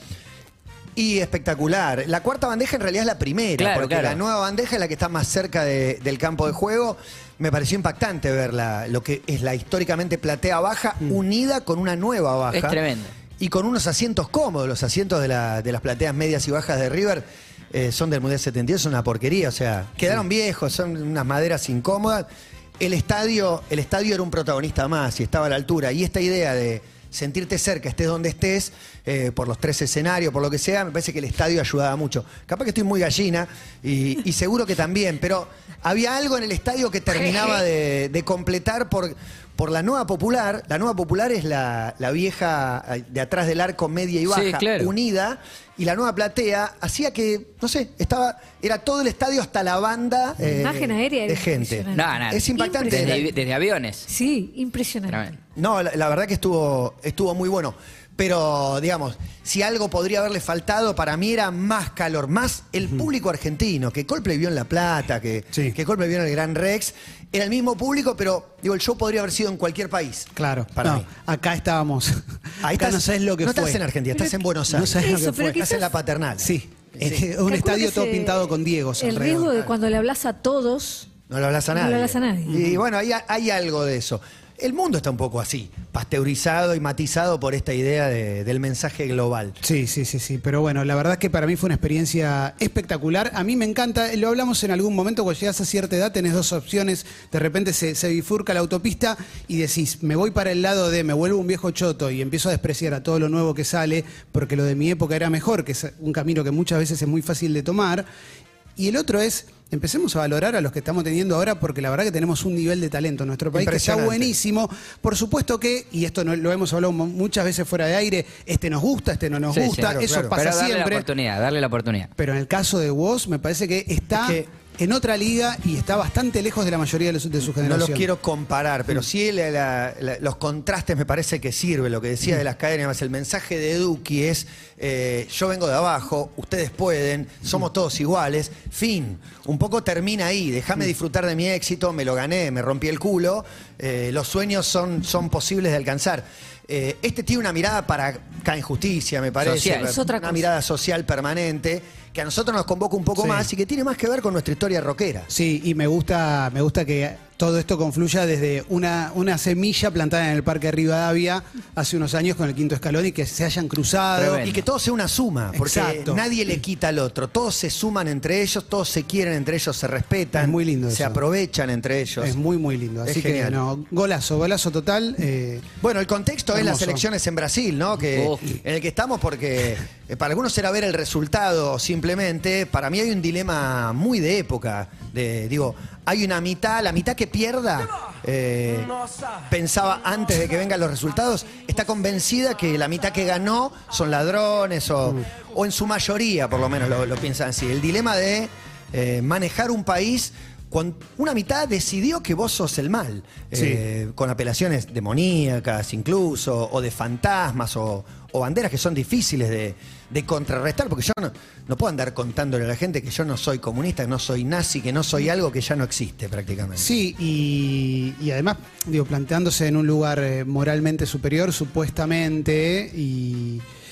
[SPEAKER 2] Y espectacular. La cuarta bandeja en realidad es la primera,
[SPEAKER 4] Claro,
[SPEAKER 2] porque
[SPEAKER 4] claro.
[SPEAKER 2] la nueva bandeja es la que está más cerca de- del campo de juego. Me pareció impactante verla, lo que es la históricamente platea baja unida con una nueva baja.
[SPEAKER 4] Es tremendo.
[SPEAKER 2] Y con unos asientos cómodos. Los asientos de, la- de las plateas medias y bajas de River eh, son del Mundial setenta y dos, son una porquería. O sea, quedaron viejos, son unas maderas incómodas. El estadio, el estadio era un protagonista más y estaba a la altura. Y esta idea de sentirte cerca, estés donde estés, eh, por los tres escenarios, por lo que sea, me parece que el estadio ayudaba mucho. Capaz que estoy muy gallina y, y seguro que también, pero había algo en el estadio que terminaba de, de completar por, por la nueva popular. La nueva popular es la, la vieja eh, de atrás del arco media y baja,
[SPEAKER 4] Sí, claro.
[SPEAKER 2] unida, y la nueva platea hacía que, no sé, estaba, era todo el estadio hasta la banda eh,
[SPEAKER 5] Imagen aérea
[SPEAKER 2] de
[SPEAKER 5] es
[SPEAKER 2] gente.
[SPEAKER 5] impresionante.
[SPEAKER 4] No, no.
[SPEAKER 2] Es impactante.
[SPEAKER 5] Impresionante.
[SPEAKER 4] Desde, desde aviones.
[SPEAKER 5] Sí, impresionante.
[SPEAKER 4] Tremendo.
[SPEAKER 2] No, la, la verdad que estuvo, estuvo muy bueno. Pero, digamos, si algo podría haberle faltado, para mí era más calor, más el público argentino, que Coldplay vio en La Plata, que,
[SPEAKER 3] Sí.
[SPEAKER 2] que Coldplay vio en el Gran Rex. Era el mismo público, pero, digo, el show podría haber sido en cualquier país.
[SPEAKER 3] Claro,
[SPEAKER 2] Para
[SPEAKER 3] no,
[SPEAKER 2] mí.
[SPEAKER 3] acá estábamos.
[SPEAKER 2] Ahí
[SPEAKER 3] acá
[SPEAKER 2] estás,
[SPEAKER 3] no sabes lo que
[SPEAKER 2] no
[SPEAKER 3] fue.
[SPEAKER 2] estás en Argentina, estás en Buenos
[SPEAKER 3] No
[SPEAKER 2] Aires.
[SPEAKER 3] sabes lo
[SPEAKER 5] Eso,
[SPEAKER 3] que
[SPEAKER 5] pero
[SPEAKER 3] fue.
[SPEAKER 2] Estás en
[SPEAKER 5] quizás-
[SPEAKER 2] la paternal.
[SPEAKER 3] Sí,
[SPEAKER 2] Sí.
[SPEAKER 3] un
[SPEAKER 5] Calculo
[SPEAKER 3] estadio
[SPEAKER 5] que
[SPEAKER 3] todo
[SPEAKER 5] se-
[SPEAKER 3] pintado con Diegos.
[SPEAKER 5] El
[SPEAKER 3] alrededor.
[SPEAKER 5] riesgo de cuando le hablas a todos.
[SPEAKER 2] No lo hablas a
[SPEAKER 5] No
[SPEAKER 2] nadie.
[SPEAKER 5] le hablas a nadie.
[SPEAKER 2] Y bueno, hay, hay algo de eso. El mundo está un poco así, pasteurizado y matizado por esta idea de- del mensaje global.
[SPEAKER 3] Sí, sí, sí, sí. Pero bueno, la verdad es que para mí fue una experiencia espectacular. A mí me encanta, lo hablamos en algún momento, cuando llegas a cierta edad tenés dos opciones. De repente se, se bifurca la autopista y decís, me voy para el lado de, me vuelvo un viejo choto y empiezo a despreciar a todo lo nuevo que sale, porque lo de mi época era mejor, que es un camino que muchas veces es muy fácil de tomar. Y el otro es, empecemos a valorar a los que estamos teniendo ahora, porque la verdad que tenemos un nivel de talento en nuestro país que está
[SPEAKER 2] Impresionante.
[SPEAKER 3] buenísimo. Por supuesto que, y esto no- lo hemos hablado mu- muchas veces fuera de aire, este nos gusta, este no nos
[SPEAKER 4] Sí, sí,
[SPEAKER 3] gusta,
[SPEAKER 2] claro,
[SPEAKER 3] eso
[SPEAKER 2] claro.
[SPEAKER 3] pasa
[SPEAKER 4] Pero darle
[SPEAKER 3] siempre.
[SPEAKER 4] la oportunidad, darle la oportunidad.
[SPEAKER 3] Pero en el caso de Woz, me parece que está
[SPEAKER 2] Es que-
[SPEAKER 3] en otra liga y está bastante lejos de la mayoría de, los- de su
[SPEAKER 2] No
[SPEAKER 3] generación.
[SPEAKER 2] los quiero comparar, pero sí la- la- la- los contrastes me parece que sirve. Lo que decía de las cadenas, más el mensaje de Duki es, eh, yo vengo de abajo, ustedes pueden, somos todos iguales, fin. Un poco termina ahí, déjame disfrutar de mi éxito, me lo gané, me rompí el culo, eh, los sueños son, son posibles de alcanzar. Eh, este tiene una mirada para acá en justicia, me parece,
[SPEAKER 4] Social.
[SPEAKER 5] Es otra
[SPEAKER 2] una
[SPEAKER 5] cosa.
[SPEAKER 2] mirada social permanente, que a nosotros nos convoca un poco
[SPEAKER 3] Sí.
[SPEAKER 2] más y que tiene más que ver con nuestra historia rockera.
[SPEAKER 3] Sí, y me gusta, me gusta que todo esto confluya desde una, una semilla plantada en el Parque Rivadavia hace unos años con el Quinto Escalón y que se hayan cruzado.
[SPEAKER 4] Tremendo.
[SPEAKER 2] Y que todo sea una suma, porque
[SPEAKER 3] Exacto.
[SPEAKER 2] nadie le quita al otro. Todos se suman entre ellos, todos se quieren entre ellos, se respetan.
[SPEAKER 3] Es muy lindo
[SPEAKER 2] Se
[SPEAKER 3] eso.
[SPEAKER 2] aprovechan entre ellos.
[SPEAKER 3] Es muy, muy lindo.
[SPEAKER 2] Es
[SPEAKER 3] Así
[SPEAKER 2] genial.
[SPEAKER 3] que, no, golazo, golazo total. eh,
[SPEAKER 2] Bueno, el contexto es las
[SPEAKER 3] Hermoso.
[SPEAKER 2] elecciones en Brasil, ¿no? Que,
[SPEAKER 4] Oh.
[SPEAKER 2] en el que estamos porque eh, para algunos era ver el resultado simplemente. Para mí hay un dilema muy de época. De, digo, hay una mitad, la mitad que pierda, eh, pensaba antes de que vengan los resultados, está convencida que la mitad que ganó son ladrones o, o en su mayoría, por lo menos lo, lo piensan así. El dilema de eh, manejar un país cuando una mitad decidió que vos sos el mal, eh, con apelaciones demoníacas incluso, o de fantasmas, o, o banderas que son difíciles de, de contrarrestar, porque yo no, no puedo andar contándole a la gente que yo no soy comunista, que no soy nazi, que no soy algo que ya no existe prácticamente.
[SPEAKER 3] Sí, y, y además, digo, planteándose en un lugar eh, moralmente superior, supuestamente, y,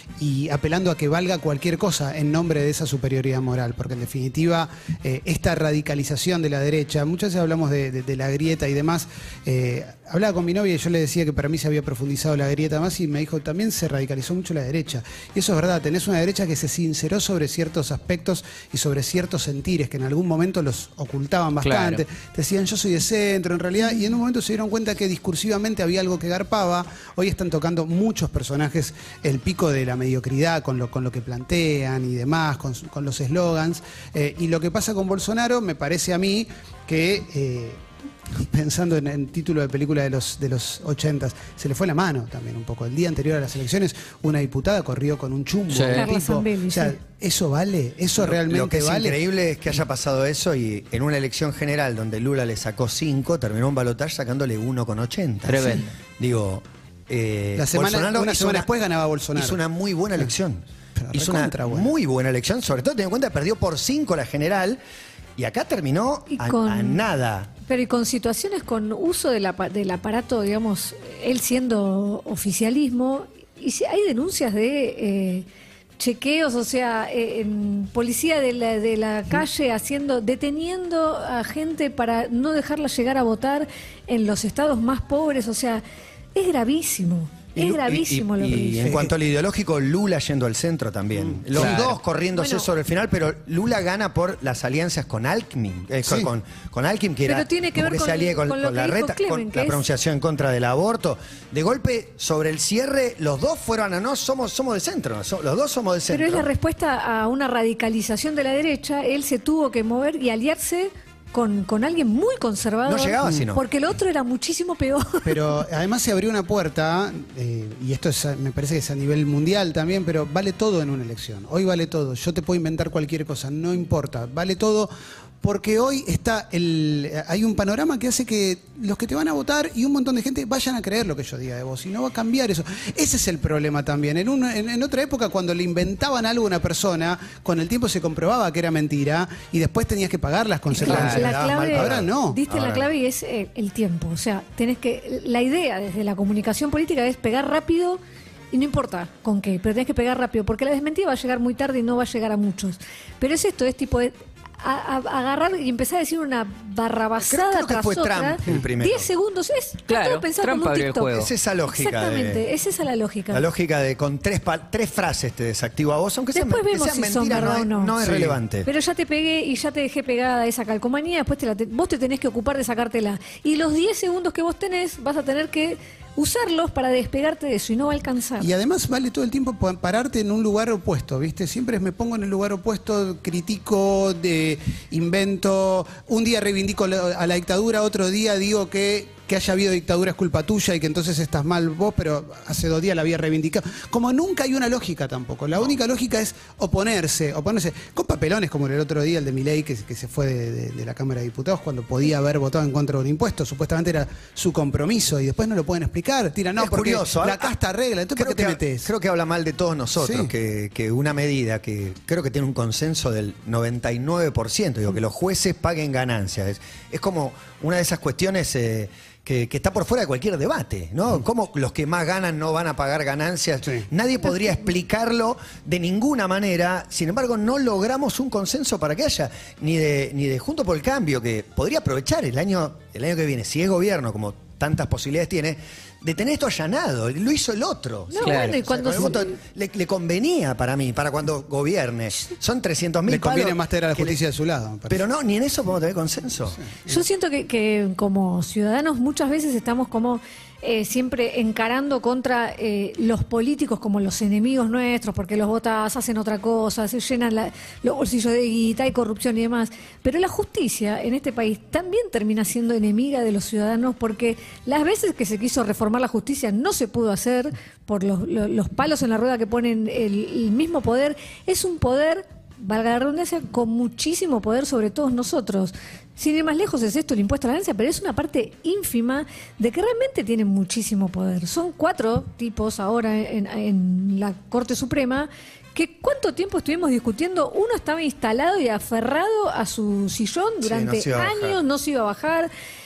[SPEAKER 3] y apelando a que valga cualquier cosa en nombre de esa superioridad moral, porque en definitiva eh, esta radicalización de la derecha, muchas veces hablamos de, de, de la grieta y demás, eh, hablaba con mi novia y yo le decía que para mí se había profundizado la grieta más y me dijo también se radicalizó mucho la derecha. Y eso es verdad, tenés una derecha que se sinceró sobre ciertos aspectos y sobre ciertos sentires que en algún momento los ocultaban bastante. Claro. Decían yo soy de centro en realidad y en un momento se dieron cuenta que discursivamente había algo que garpaba. Hoy están tocando muchos personajes el pico de la mediocridad con lo, con lo que plantean y demás, con, con los eslogans. Eh, y lo que pasa con Bolsonaro me parece a mí que... Eh, pensando en el título de película de los de los ochentas, se le fue la mano también un poco. El día anterior a las elecciones, una diputada corrió con un chumbo.
[SPEAKER 4] Sí.
[SPEAKER 3] Un tipo.
[SPEAKER 5] Zambelli,
[SPEAKER 3] o sea,
[SPEAKER 5] sí.
[SPEAKER 3] ¿eso vale? ¿Eso
[SPEAKER 2] Lo,
[SPEAKER 3] realmente
[SPEAKER 2] lo que es
[SPEAKER 3] vale?
[SPEAKER 2] increíble es que haya pasado eso y en una elección general donde Lula le sacó cinco, terminó un balotaje sacándole uno con ochenta.
[SPEAKER 4] Tremendo.
[SPEAKER 2] Digo, eh,
[SPEAKER 3] La semana,
[SPEAKER 2] Bolsonaro
[SPEAKER 3] una
[SPEAKER 2] hizo
[SPEAKER 3] semana después ganaba Bolsonaro.
[SPEAKER 2] Hizo una muy buena elección.
[SPEAKER 3] Pero
[SPEAKER 2] hizo una
[SPEAKER 3] recontra buena.
[SPEAKER 2] muy buena elección, sobre todo teniendo en cuenta que perdió por cinco la general y acá terminó
[SPEAKER 5] Y
[SPEAKER 2] a,
[SPEAKER 5] con-
[SPEAKER 2] a nada.
[SPEAKER 5] Pero y con situaciones con uso del, apa- del aparato, digamos, él siendo oficialismo, y si hay denuncias de eh, chequeos, o sea, eh, en policía de la, de la calle haciendo, deteniendo a gente para no dejarla llegar a votar en los estados más pobres, o sea, es gravísimo.
[SPEAKER 2] Y-
[SPEAKER 5] Es gravísimo
[SPEAKER 2] y, y-
[SPEAKER 5] lo que
[SPEAKER 2] y
[SPEAKER 5] dice.
[SPEAKER 2] en cuanto al ideológico, Lula yendo al centro también. Los
[SPEAKER 4] Claro.
[SPEAKER 2] dos corriéndose
[SPEAKER 5] Bueno.
[SPEAKER 2] sobre el final, pero Lula gana por las alianzas con Alckmin. eh, con,
[SPEAKER 3] Sí.
[SPEAKER 2] con, con Alckmin, que
[SPEAKER 5] Pero
[SPEAKER 2] era
[SPEAKER 5] tiene que
[SPEAKER 2] como
[SPEAKER 5] ver con-
[SPEAKER 2] se alíe con,
[SPEAKER 5] con lo
[SPEAKER 2] con
[SPEAKER 5] que
[SPEAKER 2] la
[SPEAKER 5] dijo
[SPEAKER 2] reta,
[SPEAKER 5] Clemen,
[SPEAKER 2] con
[SPEAKER 5] que
[SPEAKER 2] la
[SPEAKER 5] es-
[SPEAKER 2] pronunciación en contra del aborto. De golpe, sobre el cierre, los dos fueron a no, somos, somos de centro. so- los dos somos de centro.
[SPEAKER 5] Pero es la respuesta a una radicalización de la derecha. Él se tuvo que mover y aliarse con, con alguien muy conservador.
[SPEAKER 2] No llegaba si no.
[SPEAKER 5] Porque el otro era muchísimo peor.
[SPEAKER 3] Pero además se abrió una puerta, eh, y esto es, a- me parece que es a nivel mundial también, pero vale todo en una elección. Hoy vale todo. Yo te puedo inventar cualquier cosa, no importa. Vale todo porque hoy está el, hay un panorama que hace que los que te van a votar y un montón de gente vayan a creer lo que yo diga de vos. Y no va a cambiar eso. Ese es el problema también. En, una- en, en otra época, cuando le inventaban algo a una persona, con el tiempo se comprobaba que era mentira y después tenías que pagar las consecuencias.
[SPEAKER 5] La
[SPEAKER 2] Claro,
[SPEAKER 5] clave,
[SPEAKER 2] mal
[SPEAKER 3] Ahora no.
[SPEAKER 5] Diste
[SPEAKER 2] Ahora
[SPEAKER 5] la clave y es eh, el tiempo. O sea, tenés que. La idea desde la comunicación política es pegar rápido y no importa con qué, pero tenés que pegar rápido, porque la desmentida va a llegar muy tarde y no va a llegar a muchos. Pero es esto, es tipo de. A, a- agarrar y empezar a decir una barrabasada
[SPEAKER 2] Creo- creo que
[SPEAKER 5] tras
[SPEAKER 2] fue
[SPEAKER 5] otra.
[SPEAKER 2] Trump el primero.
[SPEAKER 5] diez segundos es está
[SPEAKER 4] Claro,
[SPEAKER 5] todo pensado
[SPEAKER 4] Trump
[SPEAKER 5] como un
[SPEAKER 4] abrió el
[SPEAKER 5] TikTok.
[SPEAKER 4] juego.
[SPEAKER 2] Es esa lógica.
[SPEAKER 5] Exactamente,
[SPEAKER 2] de-
[SPEAKER 5] es esa la lógica.
[SPEAKER 2] La lógica de con tres, pa- tres frases te desactivo a vos, aunque sean,
[SPEAKER 5] Después
[SPEAKER 2] que
[SPEAKER 5] vemos
[SPEAKER 2] sean
[SPEAKER 5] si son
[SPEAKER 2] mentiras,
[SPEAKER 5] verdad
[SPEAKER 2] no,
[SPEAKER 5] o
[SPEAKER 2] es-
[SPEAKER 5] no.
[SPEAKER 2] no es
[SPEAKER 3] Sí.
[SPEAKER 2] relevante.
[SPEAKER 5] Pero ya te pegué y ya te dejé pegada esa calcomanía, después te la te- vos te tenés que ocupar de sacártela. Y los diez segundos que vos tenés vas a tener que usarlos para despegarte de eso y no va a alcanzar.
[SPEAKER 3] Y además vale todo el tiempo pa- pararte en un lugar opuesto, ¿viste? Siempre me pongo en el lugar opuesto, critico, de, invento, un día reivindico la- a la dictadura, otro día digo que que haya habido dictadura es culpa tuya y que entonces estás mal vos, pero hace dos días la había reivindicado. Como nunca hay una lógica tampoco. La única lógica es oponerse, oponerse con papelones como el otro día el de Milei que, que se fue de, de- de la Cámara de Diputados cuando podía haber votado en contra de un impuesto. Supuestamente era su compromiso y después no lo pueden explicar. Tiran, no,
[SPEAKER 2] Es
[SPEAKER 3] porque
[SPEAKER 2] curioso,
[SPEAKER 3] la
[SPEAKER 2] ah,
[SPEAKER 3] casta arregla. Entonces, ¿por
[SPEAKER 2] Creo
[SPEAKER 3] qué te
[SPEAKER 2] que,
[SPEAKER 3] metes?
[SPEAKER 2] creo que habla mal de todos nosotros,
[SPEAKER 3] Sí.
[SPEAKER 2] que, que una medida que creo que tiene un consenso del noventa y nueve por ciento, digo, que los jueces paguen ganancias. Es, es como una de esas cuestiones eh, que, que está por fuera de cualquier debate, ¿no? ¿Cómo los que más ganan no van a pagar ganancias?
[SPEAKER 3] Sí.
[SPEAKER 2] Nadie podría explicarlo de ninguna manera, sin embargo no logramos un consenso para que haya, ni de, ni de Junto por el Cambio, que podría aprovechar el año, el año que viene, si es gobierno, como tantas posibilidades tiene, de tener esto allanado. Lo hizo el otro.
[SPEAKER 5] No,
[SPEAKER 4] Claro.
[SPEAKER 5] bueno, y
[SPEAKER 2] O sea,
[SPEAKER 5] cuando
[SPEAKER 2] con el
[SPEAKER 5] se-
[SPEAKER 2] voto le, le convenía para mí, para cuando gobierne. Son trescientos mil
[SPEAKER 3] Le conviene
[SPEAKER 2] palos
[SPEAKER 3] más tener a la
[SPEAKER 2] que le-
[SPEAKER 3] justicia de su lado. me parece.
[SPEAKER 2] Pero no, ni en eso podemos tener consenso.
[SPEAKER 5] Yo siento que, que como ciudadanos muchas veces estamos como eh, siempre encarando contra eh, los políticos como los enemigos nuestros, porque los votas hacen otra cosa, se llenan la- los bolsillos de guita, hay corrupción y demás. Pero la justicia en este país también termina siendo enemiga de los ciudadanos porque las veces que se quiso reformar la justicia no se pudo hacer por los, los- los palos en la rueda que ponen el, el mismo poder. Es un poder, valga la redundancia, con muchísimo poder sobre todos nosotros. Sin ir más lejos es esto, el impuesto a la ganancia, pero es una parte ínfima de que realmente tienen muchísimo poder. Son cuatro tipos ahora en, en la Corte Suprema que cuánto tiempo estuvimos discutiendo, uno estaba instalado y aferrado a su sillón durante
[SPEAKER 2] no se iba a bajar.
[SPEAKER 5] años, no se iba a bajar.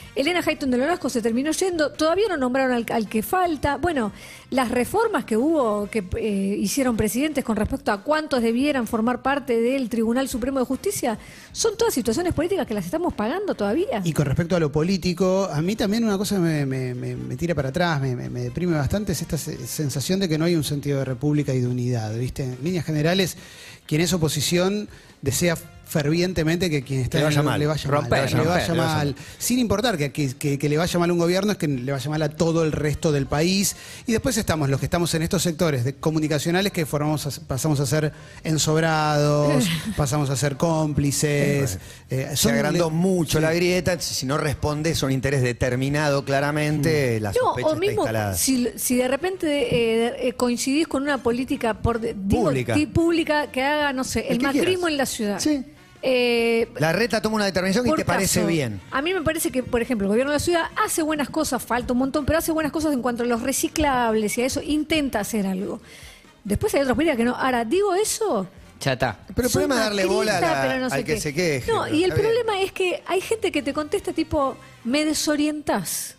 [SPEAKER 5] Elena Hayton de Nolasco se terminó yendo, todavía no nombraron al, al que falta. Bueno, las reformas que hubo, que eh, hicieron presidentes con respecto a cuántos debieran formar parte del Tribunal Supremo de Justicia, son todas situaciones políticas que las estamos pagando todavía.
[SPEAKER 3] Y con respecto a lo político, a mí también una cosa me, me, me, me tira para atrás, me, me, me deprime bastante, es esta sensación de que no hay un sentido de república y de unidad, ¿viste? En líneas generales, quien es oposición desea fervientemente que quien está
[SPEAKER 6] le vaya
[SPEAKER 3] en el,
[SPEAKER 6] mal,
[SPEAKER 3] le vaya
[SPEAKER 6] romper,
[SPEAKER 3] mal, le
[SPEAKER 6] romper,
[SPEAKER 3] vaya
[SPEAKER 6] le vaya
[SPEAKER 3] mal, sin importar que, que, que, que le vaya mal a un gobierno, es que le vaya mal a todo el resto del país. Y después estamos los que estamos en estos sectores de comunicacionales que formamos a, pasamos a ser ensobrados, pasamos a ser cómplices. Eh,
[SPEAKER 6] Se agrandó
[SPEAKER 3] le,
[SPEAKER 6] mucho
[SPEAKER 3] sí.
[SPEAKER 6] la grieta, si no respondes a un interés determinado claramente, mm. la
[SPEAKER 5] No,
[SPEAKER 6] sospecha
[SPEAKER 5] o
[SPEAKER 6] está
[SPEAKER 5] mismo
[SPEAKER 6] instalada.
[SPEAKER 5] si, si de repente eh, coincidís con una política por, digo,
[SPEAKER 6] Pública.
[SPEAKER 5] ti- pública que haga, no sé, el
[SPEAKER 6] que
[SPEAKER 5] macrismo
[SPEAKER 6] quieras.
[SPEAKER 5] en la ciudad.
[SPEAKER 6] Sí.
[SPEAKER 5] Eh,
[SPEAKER 6] La reta toma una determinación y
[SPEAKER 5] por
[SPEAKER 6] te parece
[SPEAKER 5] caso,
[SPEAKER 6] bien.
[SPEAKER 5] A mí me parece que, por ejemplo, el gobierno de la ciudad hace buenas cosas, falta un montón, pero hace buenas cosas en cuanto a los reciclables y a eso intenta hacer algo. Después hay otras políticas que no. Ahora, digo eso.
[SPEAKER 4] Ya está.
[SPEAKER 6] Pero el
[SPEAKER 5] soy
[SPEAKER 6] problema es darle bola a la-
[SPEAKER 5] macrista, pero no sé
[SPEAKER 6] al que
[SPEAKER 5] qué.
[SPEAKER 6] se queje.
[SPEAKER 5] No,
[SPEAKER 6] pero
[SPEAKER 5] y el
[SPEAKER 6] está bien.
[SPEAKER 5] problema es que hay gente que te contesta tipo, me desorientás.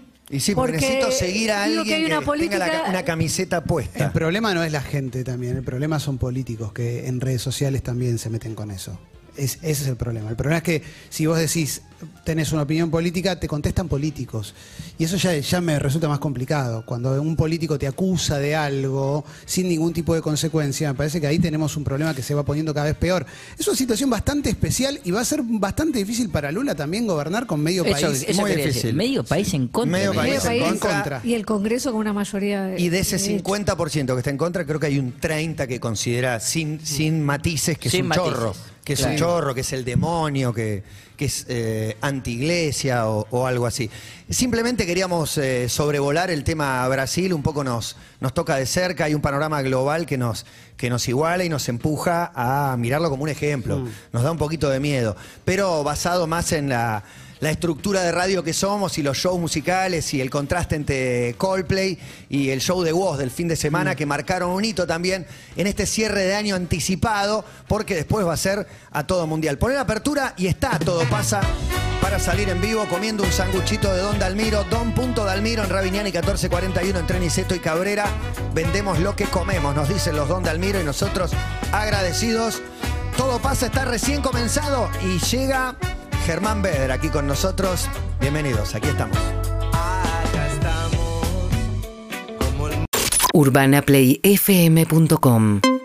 [SPEAKER 6] Y sí, porque,
[SPEAKER 5] porque
[SPEAKER 6] necesito seguir a
[SPEAKER 5] digo
[SPEAKER 6] alguien
[SPEAKER 5] que hay una
[SPEAKER 6] que tenga la ca-
[SPEAKER 5] política-
[SPEAKER 6] una camiseta puesta.
[SPEAKER 3] El problema no es la gente también, el problema son políticos que en redes sociales también se meten con eso. Es, ese es el problema. El problema es que si vos decís, tenés una opinión política, te contestan políticos. Y eso ya, ya me resulta más complicado. Cuando un político te acusa de algo sin ningún tipo de consecuencia, me parece que ahí tenemos un problema que se va poniendo cada vez peor. Es una situación bastante especial y va a ser bastante difícil para Lula también gobernar con medio
[SPEAKER 4] Eso,
[SPEAKER 3] país.
[SPEAKER 4] eso
[SPEAKER 6] muy
[SPEAKER 4] quería
[SPEAKER 6] difícil.
[SPEAKER 4] decir. Medio país en contra.
[SPEAKER 6] Medio
[SPEAKER 4] me
[SPEAKER 6] país
[SPEAKER 4] dijo.
[SPEAKER 5] Medio
[SPEAKER 6] en
[SPEAKER 5] país
[SPEAKER 6] contra.
[SPEAKER 5] y el Congreso con una mayoría de.
[SPEAKER 6] Y de ese
[SPEAKER 5] de hecho.
[SPEAKER 6] cincuenta por ciento que está en contra, creo que hay un treinta por ciento que considera sin, sin matices que es
[SPEAKER 4] Sin
[SPEAKER 6] un
[SPEAKER 4] matices,
[SPEAKER 6] chorro. Que es
[SPEAKER 4] claro.
[SPEAKER 6] un chorro, que es el demonio, que, que es eh, anti-iglesia o, o algo así. Simplemente queríamos eh, sobrevolar el tema Brasil, un poco nos, nos toca de cerca, hay un panorama global que nos, que nos iguala y nos empuja a mirarlo como un ejemplo.
[SPEAKER 3] Mm.
[SPEAKER 6] Nos da un poquito de miedo, pero basado más en la... la estructura de radio que somos y los shows musicales y el contraste entre Coldplay y el show de Woz del fin de semana que marcaron un hito también en este cierre de año anticipado, porque después va a ser a todo mundial. Poner apertura y está Todo Pasa para salir en vivo comiendo un sanguchito de Don Dalmiro, Don.Dalmiro en Ravignani catorce cuarenta y uno entre Niceto y Cabrera. Vendemos lo que comemos, nos dicen los Don Dalmiro y nosotros agradecidos. Todo Pasa está recién comenzado y llega Germán Beder aquí con nosotros. Bienvenidos, aquí estamos.
[SPEAKER 7] urbana play f m punto com